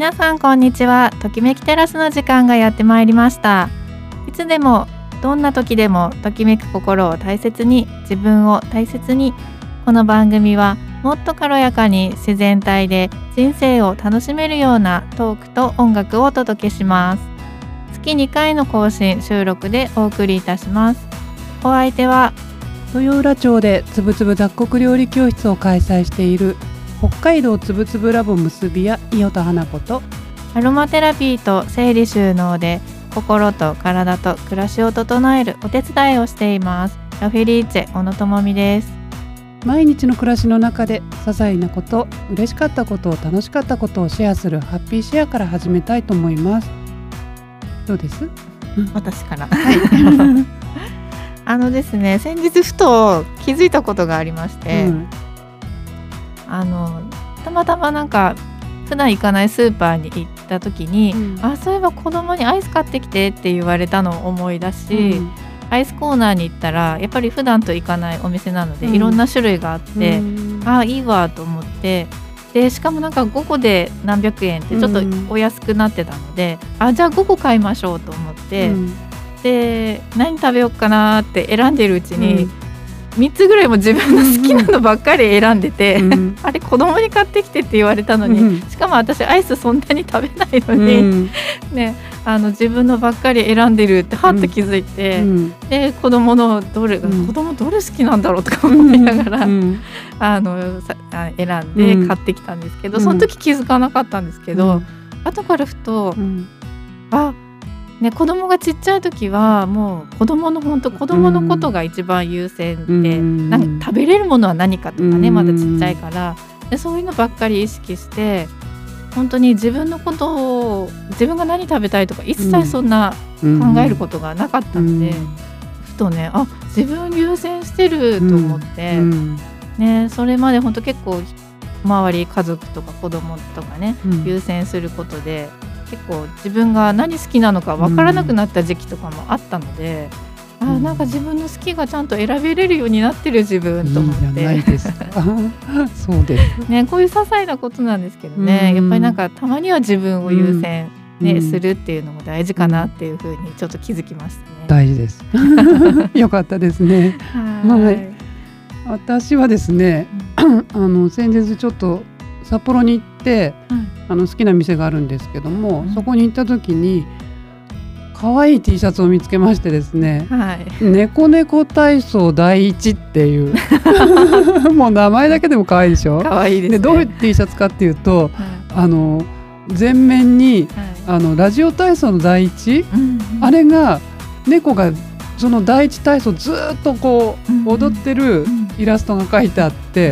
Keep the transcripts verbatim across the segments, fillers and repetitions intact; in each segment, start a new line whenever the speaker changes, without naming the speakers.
皆さんこんにちは。ときめきテラスの時間がやってまいりました。いつでもどんな時でもときめく心を大切に、自分を大切に。この番組はもっと軽やかに自然体で人生を楽しめるようなトークと音楽をお届けします。月にかいの更新収録でお送りいたします。お相手は
豊浦町でつぶつぶ雑穀料理教室を開催している北海道つぶつぶラボ結びや伊予田花子と、
アロマテラピーと整理収納で心と体と暮らしを整えるお手伝いをしていますラフェリーチェ小野智美です。
毎日の暮らしの中で些細なこと、嬉しかったこと、楽しかったことをシェアするハッピーシェアから始めたいと思います。どうです？
私からはいあのですね、先日ふと気づいたことがありまして、うん、あのたまたまなんか普段行かないスーパーに行った時に、うん、あ、そういえば子供にアイス買ってきてって言われたのを思い出し、うん、アイスコーナーに行ったらやっぱり普段と行かないお店なので、うん、いろんな種類があって、うん、あ、いいわと思って、でしかもなんかごこで何百円ってちょっとお安くなってたので、うん、あ、じゃあごこ買いましょうと思って、うん、で何食べようかなって選んでるうちに、うん、みっつぐらいも自分の好きなのばっかり選んでて、うん、あれ子供に買ってきてって言われたのに、うん、しかも私アイスそんなに食べないのに、うんね、あの自分のばっかり選んでるってはっと気づいて、うん、で子供のどれ、うん、子供どれ好きなんだろうとか思いながら、うん、あのさ選んで買ってきたんですけど、うん、その時気づかなかったんですけど、うん、後からふと、うん、あね、子供がちっちゃい時はもう子供の本当子供のことが一番優先で、うん、なんか食べれるものは何かとかね、うん、まだちっちゃいからでそういうのばっかり意識して本当に自分のことを自分が何食べたいとか一切そんな考えることがなかったので、うん、ふとね、あ、自分優先してると思って、うんね、それまで本当結構周り家族とか子供とかね、うん、優先することで結構自分が何好きなのか分からなくなった時期とかもあったので、うん、あ、なんか自分の好きがちゃんと選べれるようになってる自分と思って、いいじゃないですかそうです、ね、こういう些細なことなんですけどね、うん、やっぱりなんかたまには自分を優先、ね、うん、するっていうのも大事かなっていうふうにちょっと気づきましたね。大
事ですよかったですね。はい、私はですね、うん、あの先日ちょっと札幌に行って、うん、あの好きな店があるんですけども、うん、そこに行った時に可愛い T シャツを見つけましてですね、はい、猫猫体操第一っていうもう名前だけでも可愛いでしょ。
可愛いですね。
でどういう T シャツかっていうと、はい、あの前面に、はい、あのラジオ体操の第一、うんうん、あれが猫がその第一体操ずっとこう、うんうん、踊ってるイラストが描いてあって、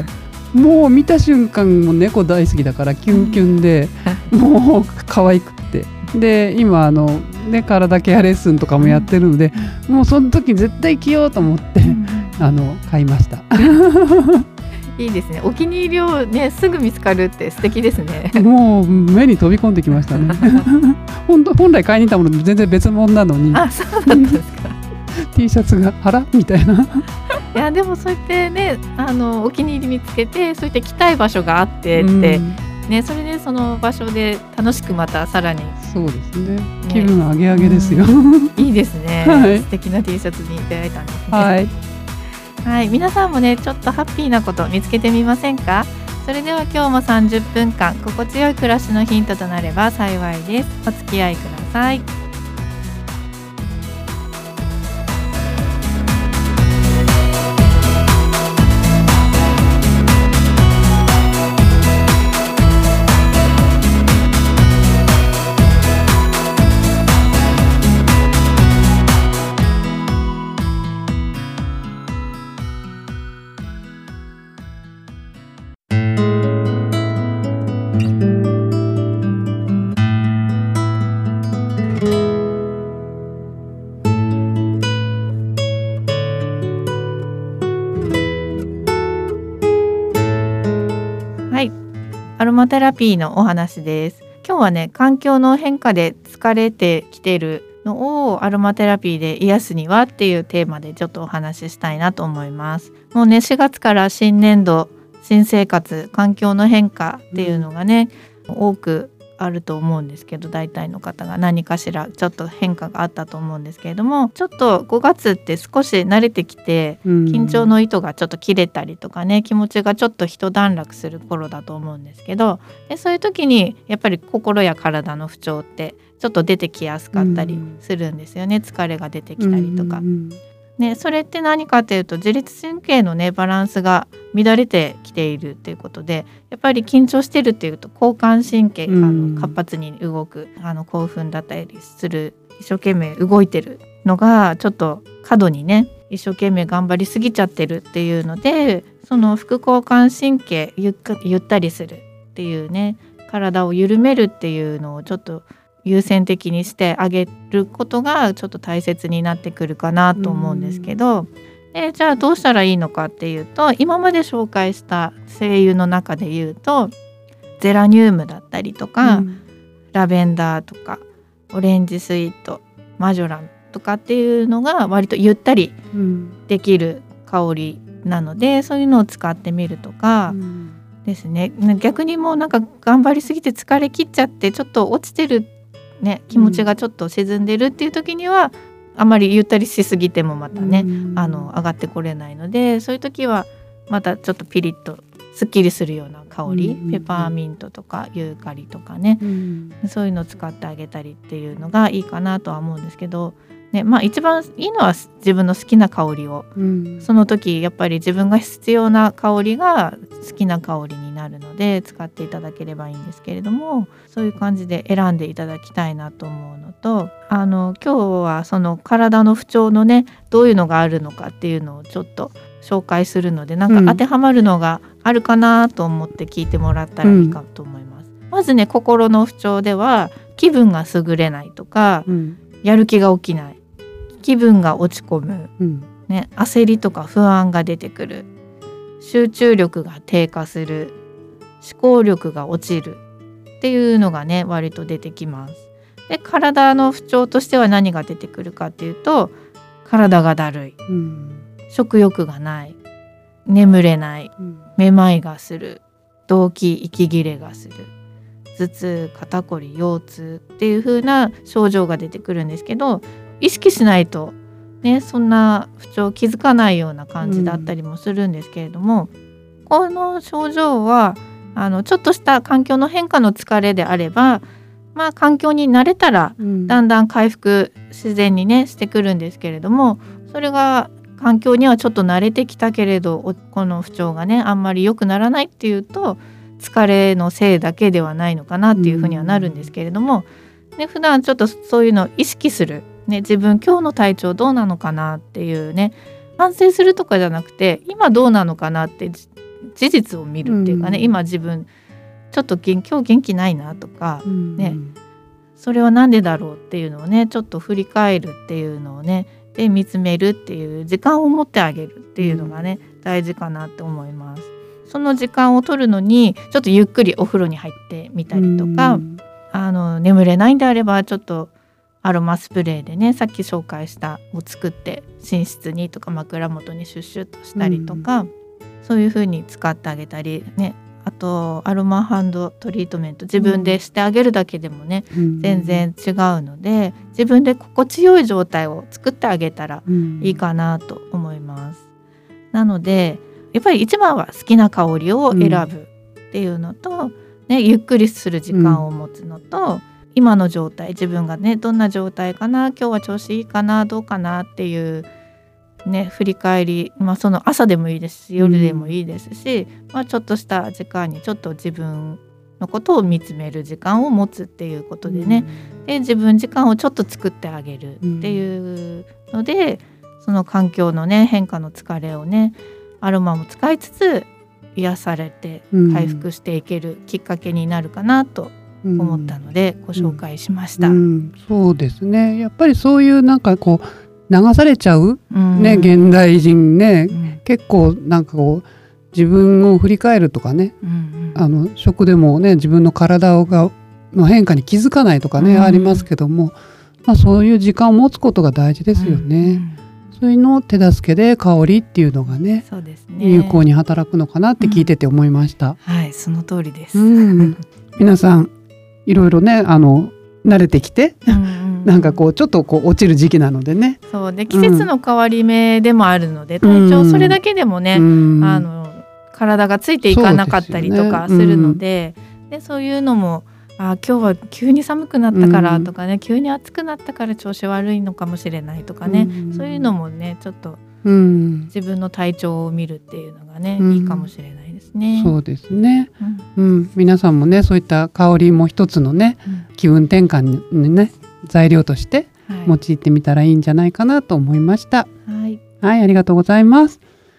もう見た瞬間も猫大好きだからキュンキュンで、うん、もう可愛くってで今あの、ね、体ケアレッスンとかもやってるので、うん、もうその時絶対着ようと思って、うん、あの買いました
いいですね。お気に入りを、ね、すぐ見つかるって素敵ですね。
もう目に飛び込んできましたね本当本来買いに行ったものと全然別物なのに、
あ、そうだったんですか
T シャツがあらみたい
ないやでもそうやってね、あのお気に入り見つけてそういった着たい場所があってって、うん、ね、それでその場所で楽しくまたさらに、
そうですね、気分上げ上げですよ、
うん、いいですね、はい、素敵な T シャツに出会えたんですね。はい、はい、皆さんもねちょっとハッピーなこと見つけてみませんか。それでは今日もさんじゅっぷんかん心地よい暮らしのヒントとなれば幸いです。お付き合いください。アロマテラピーのお話です。今日はね、環境の変化で疲れてきているのをアロマテラピーで癒すにはっていうテーマでちょっとお話ししたいなと思います。もうね、しがつから新年度、新生活、環境の変化っていうのがね、うん、多くあると思うんですけど、大体の方が何かしらちょっと変化があったと思うんですけれども、ちょっとごがつって少し慣れてきて緊張の糸がちょっと切れたりとかね、気持ちがちょっと一段落する頃だと思うんですけど、でそういう時にやっぱり心や体の不調ってちょっと出てきやすかったりするんですよね。疲れが出てきたりとか、ね、それって何かというと自律神経のねバランスが乱れてきているということで、やっぱり緊張してるっていうと交感神経があの活発に動く、あの興奮だったりする、一生懸命動いてるのがちょっと過度にね一生懸命頑張りすぎちゃってるっていうので、その副交感神経ゆっかゆったりするっていうね、体を緩めるっていうのをちょっと優先的にしてあげることがちょっと大切になってくるかなと思うんですけど、でじゃあどうしたらいいのかっていうと、今まで紹介した精油の中で言うとゼラニウムだったりとか、うん、ラベンダーとかオレンジスイート、マジョランとかっていうのが割とゆったりできる香りなので、うん、そういうのを使ってみるとか、うんですね。逆にもうなんか頑張りすぎて疲れ切っちゃってちょっと落ちてるね、気持ちがちょっと沈んでるっていう時には、うん、あまりゆったりしすぎてもまたね、うん、あの上がってこれないので、そういう時はまたちょっとピリッとすっきりするような香り、うん、ペパーミントとかユーカリとかね、うん、そういうのを使ってあげたりっていうのがいいかなとは思うんですけど、ね、まあ一番いいのは自分の好きな香りを、うん、その時やっぱり自分が必要な香りが好きな香りになるので使っていただければいいんですけれども、そういう感じで選んでいただきたいなと思うのと、あの今日はその体の不調のねどういうのがあるのかっていうのをちょっと紹介するので、なんか当てはまるのがあるかなと思って聞いてもらったらいいかと思います、うん、まずね、心の不調では気分が優れないとか、うん、やる気が起きない、気分が落ち込む、うんね、焦りとか不安が出てくる、集中力が低下する、思考力が落ちるっていうのがね割と出てきます。で、体の不調としては何が出てくるかっていうと、体がだるい、うん、食欲がない、眠れない、うん、めまいがする、動悸、息切れがする、頭痛、肩こり、腰痛っていう風な症状が出てくるんですけど、意識しないとね、そんな不調気づかないような感じだったりもするんですけれども、うん、この症状はあのちょっとした環境の変化の疲れであれば、まあ環境に慣れたらだんだん回復自然にねしてくるんですけれども、それが環境にはちょっと慣れてきたけれどこの不調がねあんまり良くならないっていうと、疲れのせいだけではないのかなっていうふうにはなるんですけれども、ね、普段ちょっとそういうのを意識する、ね、自分今日の体調どうなのかなっていうね、反省するとかじゃなくて今どうなのかなって事実を見るっていうかね、うん、今自分ちょっと今日元気ないなとか、うんね、それはなんでだろうっていうのをねちょっと振り返るっていうのをねで見つめるっていう時間を持ってあげるっていうのがね、うん、大事かなって思います。その時間を取るのにちょっとゆっくりお風呂に入ってみたりとか、うん、あの眠れないんであればちょっとアロマスプレーでねさっき紹介したを作って寝室にとか枕元にシュッシュッとしたりとか、うん、そういう風に使ってあげたりね、あとアロマハンドトリートメント自分でしてあげるだけでもね、うん、全然違うので自分で心地よい状態を作ってあげたらいいかなと思います、うん、なのでやっぱり一番は好きな香りを選ぶっていうのと、うんね、ゆっくりする時間を持つのと、うん、今の状態自分がねどんな状態かな、今日は調子いいかなどうかなっていうね、振り返り、まあ、その朝でもいいですし夜でもいいですし、うんまあ、ちょっとした時間にちょっと自分のことを見つめる時間を持つっていうことでね、うん、で自分時間をちょっと作ってあげるっていうので、うん、その環境のね変化の疲れをねアロマも使いつつ癒されて回復していけるきっかけになるかなと思ったのでご紹介しました、
うんうん、そうですね、やっぱりそういうなんかこう流されちゃう、ね、現代人ね、うん、結構なんかこう自分を振り返るとかね、うんうん、あの食でもね自分の体がの変化に気づかないとかね、うん、ありますけども、まあ、そういう時間を持つことが大事ですよね、うんうん、そういうのを手助けで香りっていうのがね、
そうですね、
有効に働くのかなって聞いてて思いました、
うん、はい、その通りです、
うん、皆さんいろいろねあの慣れてきて、うんうん、なんかこうちょっとこう落ちる時期なのでね。
そうで季節の変わり目でもあるので、うん、体調それだけでもね、うん、あの体がついていかなかったりとかするので、そうですよね。うん、でそういうのもあ今日は急に寒くなったからとかね、うん、急に暑くなったから調子悪いのかもしれないとかね、うん、そういうのもねちょっと、うん、自分の体調を見るっていうのがね、うん、いいかもしれないですね。
そうですね、うんうん、皆さんもねそういった香りも一つのね、うん、気分転換にね材料として用いてみたらいいんじゃないかなと思いました。はい、はい、ありがとうございます。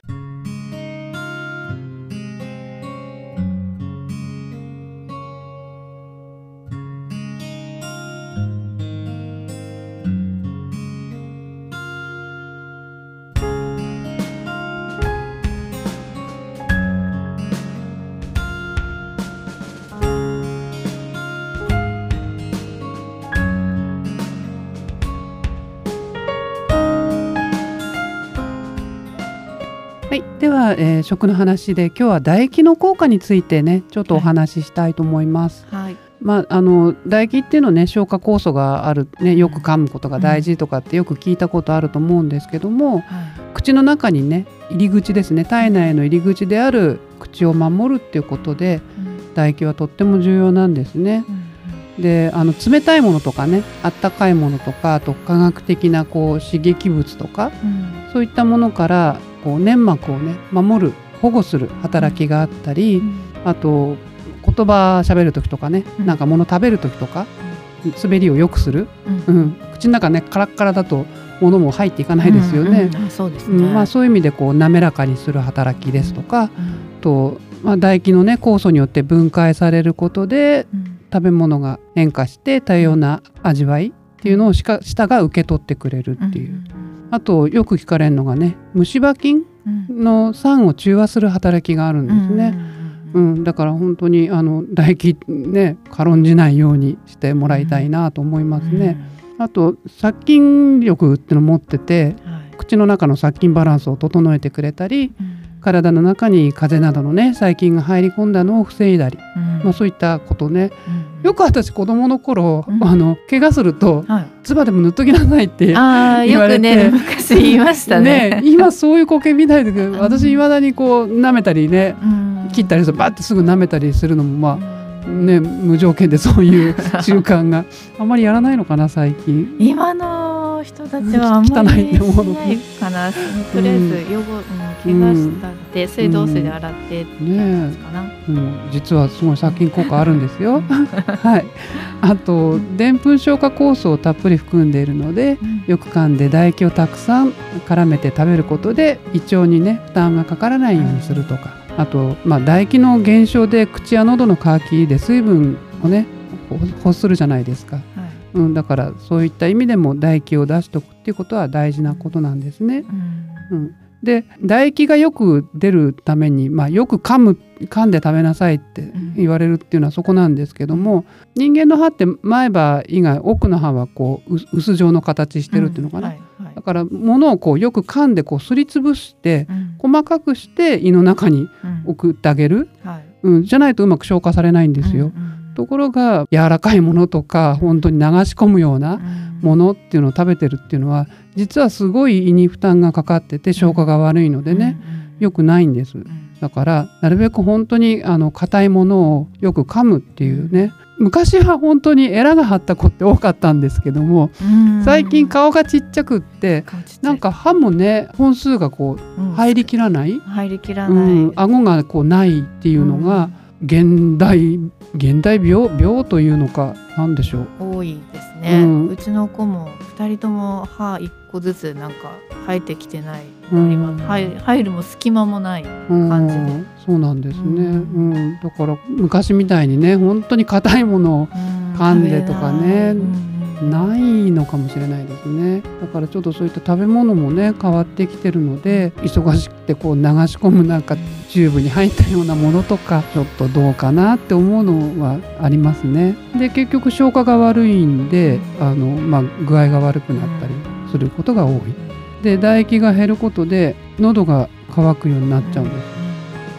はい、では、えー、食の話で今日は唾液の効果についてねちょっとお話ししたいと思います。はい、まあ、あの唾液っていうのはね消化酵素がある、ね、よく噛むことが大事とかってよく聞いたことあると思うんですけども、うん、はい、口の中にね入り口ですね体内の入り口である口を守るっていうことで、うん、唾液はとっても重要なんですね。うん、であの冷たいものとかねあったかいものとかあと科学的なこう刺激物とか、うん、そういったものからこう粘膜をね守る保護する働きがあったり、うん、あと言葉喋る時とかね、うん、なんか物食べる時とか、うん、滑りを良くする、うんうん、口の中ねカラッカラだと物も入っていかないですよね。そういう意味でこう滑らかにする働きですとか、うん、と、まあ、唾液のね酵素によって分解されることで、うん、食べ物が変化して多様な味わいっていうのを舌が受け取ってくれるっていう、うん、あとよく聞かれるのがね虫歯菌の酸を中和する働きがあるんですね。うんうん、だから本当にあの唾液ね軽んじないようにしてもらいたいなと思いますね。うん、あと殺菌力っていうのを持ってて、はい、口の中の殺菌バランスを整えてくれたり、うん、体の中に風邪などのね細菌が入り込んだのを防いだり、うん、まあ、そういったことね、うん、よく私子供の頃、うん、あの怪我すると、はい、唾でも塗っときなさいって言われて、
よくね昔言いました ね,
ね今そういう光景見ないでけど、私いまだにこう舐めたりね、うん、切ったりするバッてすぐ舐めたりするのもまあね無条件でそういう習慣があんまりやらないのかな最近。
今の人たちはあんまりしないかな。とりあえず汚、うん、怪我したって水道水で洗ってってやつかな、うんね、うん、
実はすごい殺菌効果あるんですよ。はい、あとでんぷん消化酵素をたっぷり含んでいるので、うん、よく噛んで唾液をたくさん絡めて食べることで胃腸にね負担がかからないようにするとか、あと、まあ、唾液の減少で口や喉の渇きで水分をね欲するじゃないですか。はい、うん、だからそういった意味でも唾液を出しておくっていうことは大事なことなんですね。うんうん、で唾液がよく出るために、まあ、よく噛む噛んで食べなさいって言われるっていうのはそこなんですけども、人間の歯って前歯以外奥の歯はこう薄状の形してるっていうのかな、うん、はいはい、だから物をこうよく噛んでこうすりつぶして、うん、細かくして胃の中に送ってあげる、うんはい、うん、じゃないとうまく消化されないんですよ。うんうん、ところが柔らかいものとか本当に流し込むようなものっていうのを食べてるっていうのは実はすごい胃に負担がかかってて消化が悪いのでね、良くないんです。だからなるべく本当にあの硬いものをよく噛むっていうね、昔は本当にエラが張った子って多かったんですけども、最近顔がちっちゃくってなんか歯もね本数がこう入りきらない、
入りきらない、うん、
顎がこうないっていうのが現代現代病病というのかなんでしょう、
多いですね。うん、うちの子もふたりとも歯いっこずつなんか生えてきてない、うん、入, 入るも隙間もない感じで、うん、
そうなんですね。うんうん、だから昔みたいにね本当に硬いものを噛んでとかね、うん、ないのかもしれないですね。だからちょっとそういった食べ物もね変わってきてるので、忙しくてこう流し込むなんかチューブに入ったようなものとかちょっとどうかなって思うのはありますね。で結局消化が悪いんであの、まあ、具合が悪くなったりすることが多い。で唾液が減ることで喉が渇くようになっちゃうんです。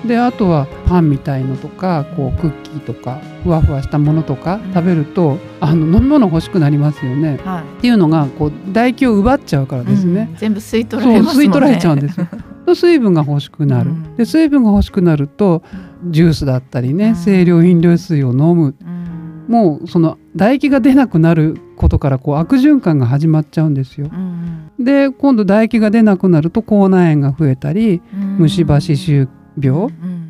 であとはパンみたいのとかこうクッキーとかふわふわしたものとか食べると、あの飲み物欲しくなりますよね、はい、っていうのがこう唾液を奪っちゃうからですね、
うん、全部吸い取られますもんね。
そう吸い取られちゃうんですよ水分が欲しくなる、うん、で水分が欲しくなるとジュースだったりね、うん、清涼飲料水を飲む、うん、もうその唾液が出なくなることからこう悪循環が始まっちゃうんですよ、うん、で今度唾液が出なくなると口内炎が増えたり、うん、虫歯歯周病、うん、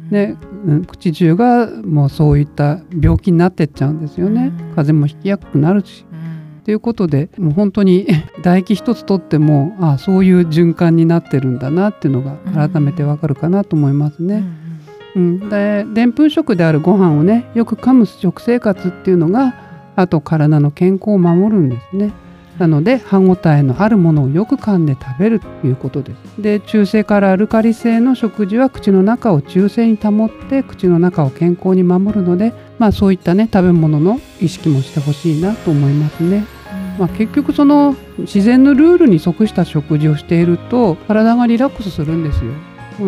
で口中がもうそういった病気になってっちゃうんですよね、うん、風邪もひきやすくなるし、うん、ということでもう本当に唾液一つとってもあそういう循環になってるんだなっていうのが改めてわかるかなと思いますね、うんうん、ででんぷん食であるご飯をねよく噛む食生活っていうのがあと体の健康を守るんですね。なので歯ごたえのあるものをよく噛んで食べるということです。で中性からアルカリ性の食事は口の中を中性に保って口の中を健康に守るので、まあ、そういったね食べ物の意識もしてほしいなと思いますね。まあ、結局その自然のルールに即した食事をしていると体がリラックスするんですよ、うん、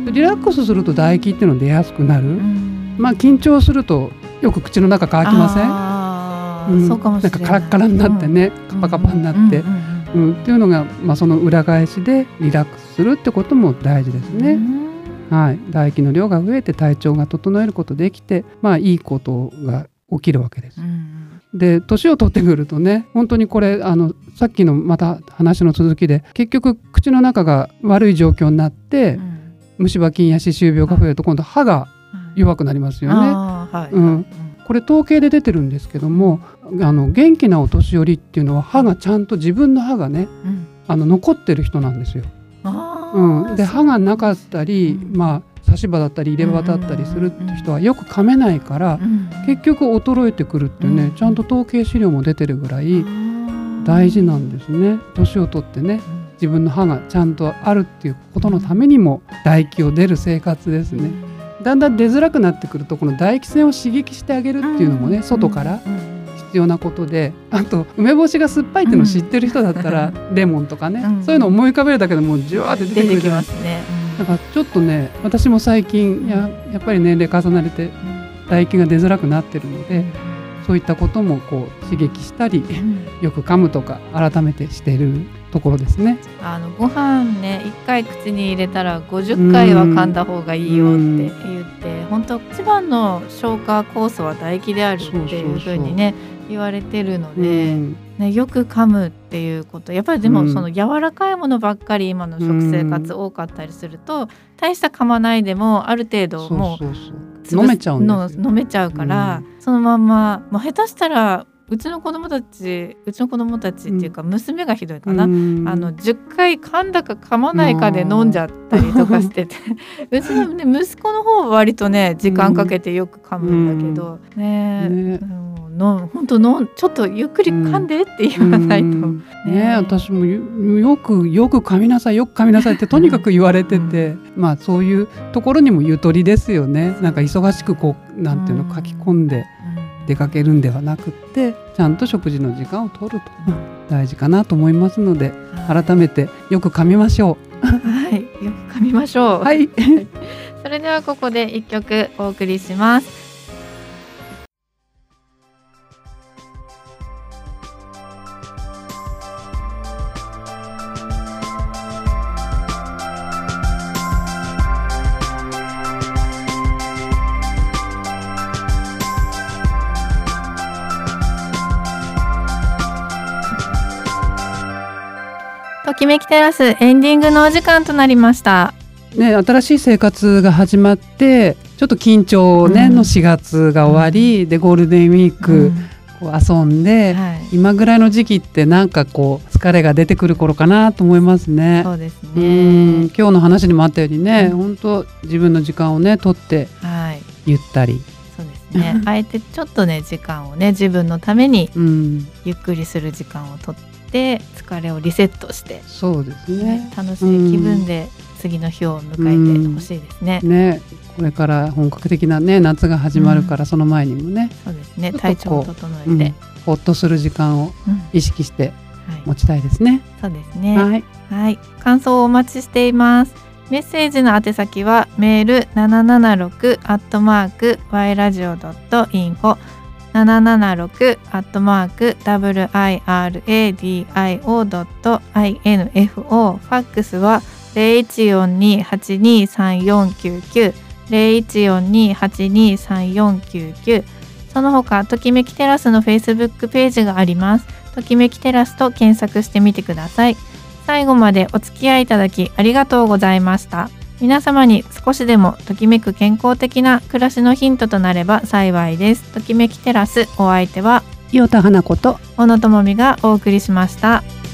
リラックスすると唾液っていうのが出やすくなる、まあ、緊張するとよく口の中乾きません？うん、そうかもしれない。なんかカラッカラになってね、うん、カパカパになって、うんうんうん、っていうのが、まあ、その裏返しでリラックスするってことも大事ですね、うんはい、唾液の量が増えて体調が整えることできて、まあ、いいことが起きるわけです、うん、で年を取ってくるとね本当にこれあのさっきのまた話の続きで結局口の中が悪い状況になって、うん、虫歯菌や歯周病が増えると今度歯が弱くなりますよね、はいうん、これ統計で出てるんですけどもあの元気なお年寄りっていうのは歯がちゃんと自分の歯がね、うん、あの残ってる人なんですよ。あ、うん、で歯がなかったり、うんまあ、差し歯だったり入れ歯だったりするって人はよく噛めないから、うんうん、結局衰えてくるっていうね、うん、ちゃんと統計資料も出てるぐらい大事なんですね。年を取ってね自分の歯がちゃんとあるっていうことのためにも唾液を出る生活ですね。だんだん出づらくなってくるとこの唾液腺を刺激してあげるっていうのもね、うん、外から必要なことで、あと梅干しが酸っぱいっていうのを知ってる人だったら、うん、レモンとかね、うん、そういうのを思い浮かべるだけでもうジュワーって出てくる
出てきますね、
うん、だからちょっとね私も最近や、やっぱり年齢重ねて唾液が出づらくなってるので、うん、そういったこともこう刺激したり、うん、よく噛むとか改めてしているところですね。
あのご飯ねいっかい口に入れたらごじゅっかいは噛んだ方がいいよって言って本当一番の消化酵素は唾液であるっていうふうにね言われてるので、ね、よく噛むっていうことやっぱりでもその柔らかいものばっかり今の食生活多かったりすると大した噛まないでもある程度もう
そうそうそう飲めちゃうんですよ。
飲めちゃうから、うん、そのまんま、まあ、下手したらうちの子供たちうちの子供たちっていうか娘がひどいかな、うん、あのじゅっかい噛んだか噛まないかで飲んじゃったりとかしててうちの、ね、息子の方は割とね時間かけてよく噛むんだけど、うん、ねえ、ねの本当のちょっとゆっくり噛んでって言わないと、うん
ねね、私もよくよく噛みなさいよく噛みなさいってとにかく言われてて、うん、まあそういうところにもゆとりですよね。なんか忙しくこうなんていうの書き込んで出かけるんではなくってちゃんと食事の時間を取ると、うん、大事かなと思いますので、はい、改めてよく噛みましょう
はいよく噛みましょう
はい
それではここでいっきょくお送りします。ときめきテラスエンディングのお時間となりました、
ね、新しい生活が始まってちょっと緊張、ねうん、のしがつが終わり、うん、でゴールデンウィーク、うん、こう遊んで、はい、今ぐらいの時期ってなんかこう疲れが出てくる頃かなと思いますね。
そうですね。
うん今日の話にもあったようにね、うん、本当自分の時間をね取ってゆったり、はい、
そうですねあえてちょっとね時間をね自分のためにゆっくりする時間を取ってで疲れをリセットして
そうですね
楽しい気分で次の日を迎えてほしいですね。
うん、ねこれから本格的な、ね、夏が始まるから、うん、その前にもね
そうですね体調を整えて、うん、
ほっとする時間を意識して持ちたいですね。
うんはい、そうですね、はいはい、感想をお待ちしています。 メッセージの宛先はメールななななろくアットマークワイラジオドットインフォ ななななろくアットマークワイラジオドットインフォ。ファックスはゼロいちよんにーはちにーさんよんきゅうきゅう ゼロいちよんにーはちにーさんよんきゅうきゅう。その他ときめきテラスの Facebook ページがあります。ときめきテラスと検索してみてください。最後までお付き合いいただきありがとうございました。皆様に少しでもときめく健康的な暮らしのヒントとなれば幸いです。ときめきテラス、お相手は
岩田花子と
小野智美がお送りしました。